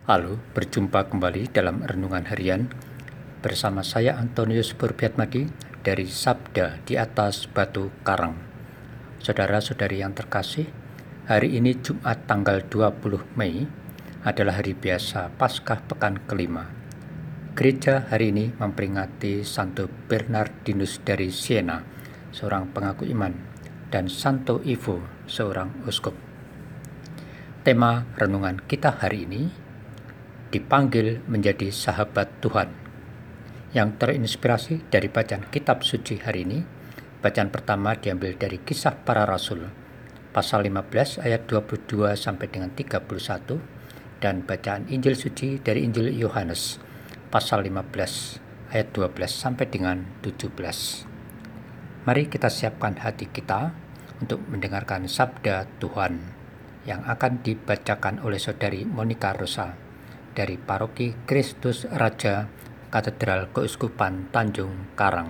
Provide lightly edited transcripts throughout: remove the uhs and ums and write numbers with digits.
Halo, berjumpa kembali dalam Renungan Harian bersama saya Antonius Purbiatmadi dari Sabda di Atas Batu Karang. Saudara-saudari yang terkasih, hari ini Jumat tanggal 20 Mei adalah hari biasa Paskah pekan kelima. Gereja hari ini memperingati Santo Bernardinus dari Siena, seorang pengaku iman, dan Santo Ivo, seorang uskup. Tema renungan kita hari ini dipanggil menjadi sahabat Tuhan, yang terinspirasi dari bacaan kitab suci hari ini. Bacaan pertama diambil dari Kisah Para Rasul pasal 15 ayat 22 sampai dengan 31, dan bacaan Injil suci dari Injil Yohanes pasal 15 ayat 12 sampai dengan 17. Mari kita siapkan hati kita untuk mendengarkan sabda Tuhan yang akan dibacakan oleh saudari Monica Rosa dari Paroki Kristus Raja, Katedral Keuskupan Tanjung Karang.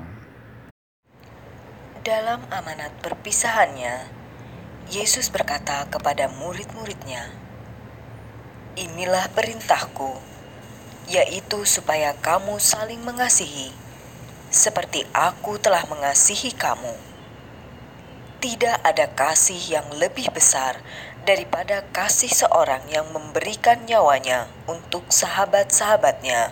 Dalam amanat perpisahannya, Yesus berkata kepada murid-muridnya, "Inilah perintahku, yaitu supaya kamu saling mengasihi, seperti aku telah mengasihi kamu. Tidak ada kasih yang lebih besar daripada kasih seorang yang memberikan nyawanya untuk sahabat-sahabatnya.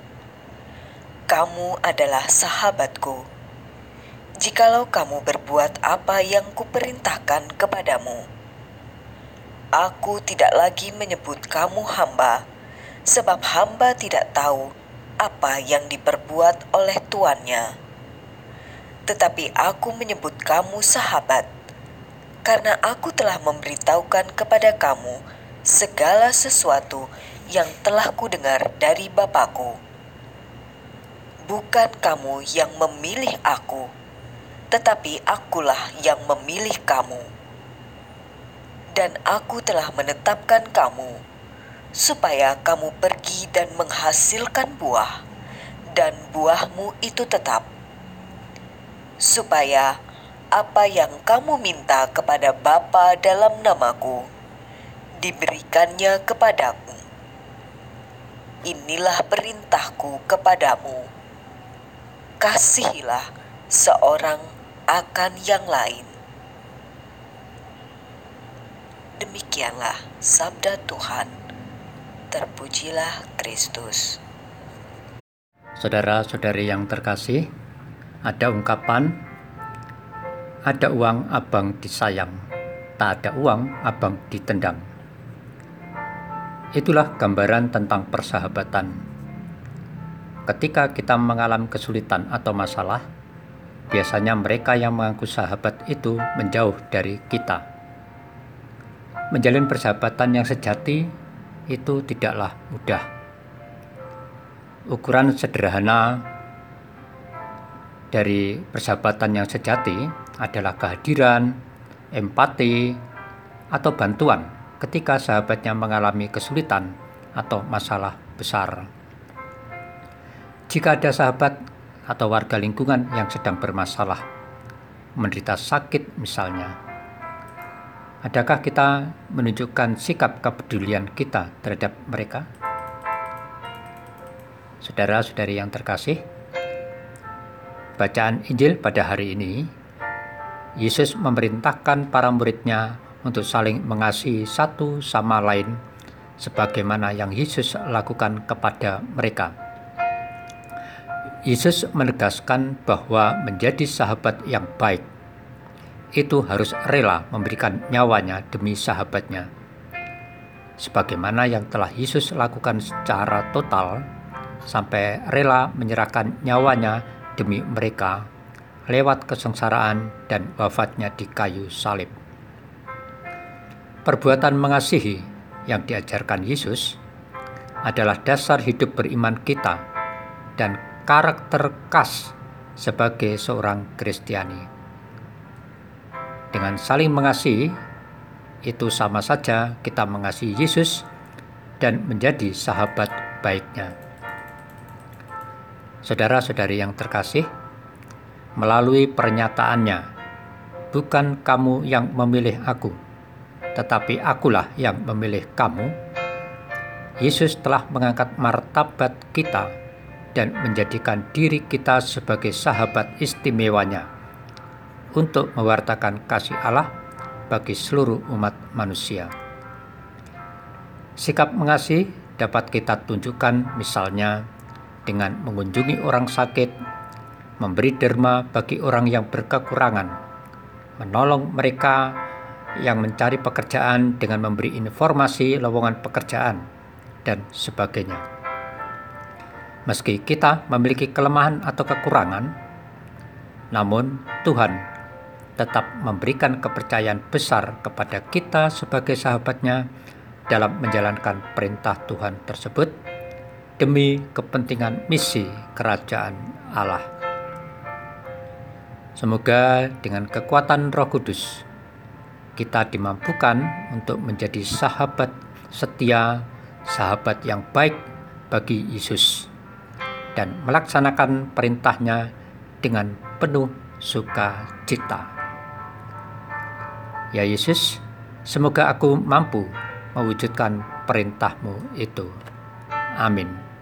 Kamu adalah sahabatku, jikalau kamu berbuat apa yang kuperintahkan kepadamu. Aku tidak lagi menyebut kamu hamba, sebab hamba tidak tahu apa yang diperbuat oleh tuannya. Tetapi aku menyebut kamu sahabat, karena aku telah memberitahukan kepada kamu segala sesuatu yang telah kudengar dari Bapa-Ku. Bukan kamu yang memilih aku, tetapi akulah yang memilih kamu. Dan aku telah menetapkan kamu, supaya kamu pergi dan menghasilkan buah, dan buahmu itu tetap, supaya apa yang kamu minta kepada Bapa dalam namaku, diberikannya kepadamu. Inilah perintahku kepadamu, kasihilah seorang akan yang lain." Demikianlah sabda Tuhan. Terpujilah Kristus. Saudara-saudari yang terkasih, ada ungkapan, ada uang abang disayang, tak ada uang abang ditendang. Itulah gambaran tentang persahabatan. Ketika kita mengalami kesulitan atau masalah, biasanya mereka yang mengaku sahabat itu menjauh dari kita. Menjalin persahabatan yang sejati itu tidaklah mudah. Ukuran sederhana dari persahabatan yang sejati adalah kehadiran, empati, atau bantuan ketika sahabatnya mengalami kesulitan atau masalah besar. Jika ada sahabat atau warga lingkungan yang sedang bermasalah, menderita sakit misalnya, adakah kita menunjukkan sikap kepedulian kita terhadap mereka? Saudara-saudari yang terkasih, bacaan Injil pada hari ini, Yesus memerintahkan para muridnya untuk saling mengasihi satu sama lain sebagaimana yang Yesus lakukan kepada mereka. Yesus menegaskan bahwa menjadi sahabat yang baik itu harus rela memberikan nyawanya demi sahabatnya, sebagaimana yang telah Yesus lakukan secara total sampai rela menyerahkan nyawanya demi mereka lewat kesengsaraan dan wafatnya di kayu salib. Perbuatan mengasihi yang diajarkan Yesus adalah dasar hidup beriman kita dan karakter khas sebagai seorang Kristiani. Dengan saling mengasihi, itu sama saja kita mengasihi Yesus dan menjadi sahabat baiknya. Saudara-saudari yang terkasih, melalui pernyataannya, "Bukan kamu yang memilih aku, tetapi akulah yang memilih kamu," Yesus telah mengangkat martabat kita dan menjadikan diri kita sebagai sahabat istimewanya untuk mewartakan kasih Allah bagi seluruh umat manusia. Sikap mengasihi dapat kita tunjukkan misalnya dengan mengunjungi orang sakit, memberi derma bagi orang yang berkekurangan, menolong mereka yang mencari pekerjaan dengan memberi informasi lowongan pekerjaan, dan sebagainya. Meski kita memiliki kelemahan atau kekurangan, namun Tuhan tetap memberikan kepercayaan besar kepada kita sebagai sahabatnya dalam menjalankan perintah Tuhan tersebut demi kepentingan misi kerajaan Allah. Semoga dengan kekuatan Roh Kudus kita dimampukan untuk menjadi sahabat setia, sahabat yang baik bagi Yesus, dan melaksanakan perintahnya dengan penuh sukacita. Ya Yesus, semoga aku mampu mewujudkan perintah-Mu itu. Amin.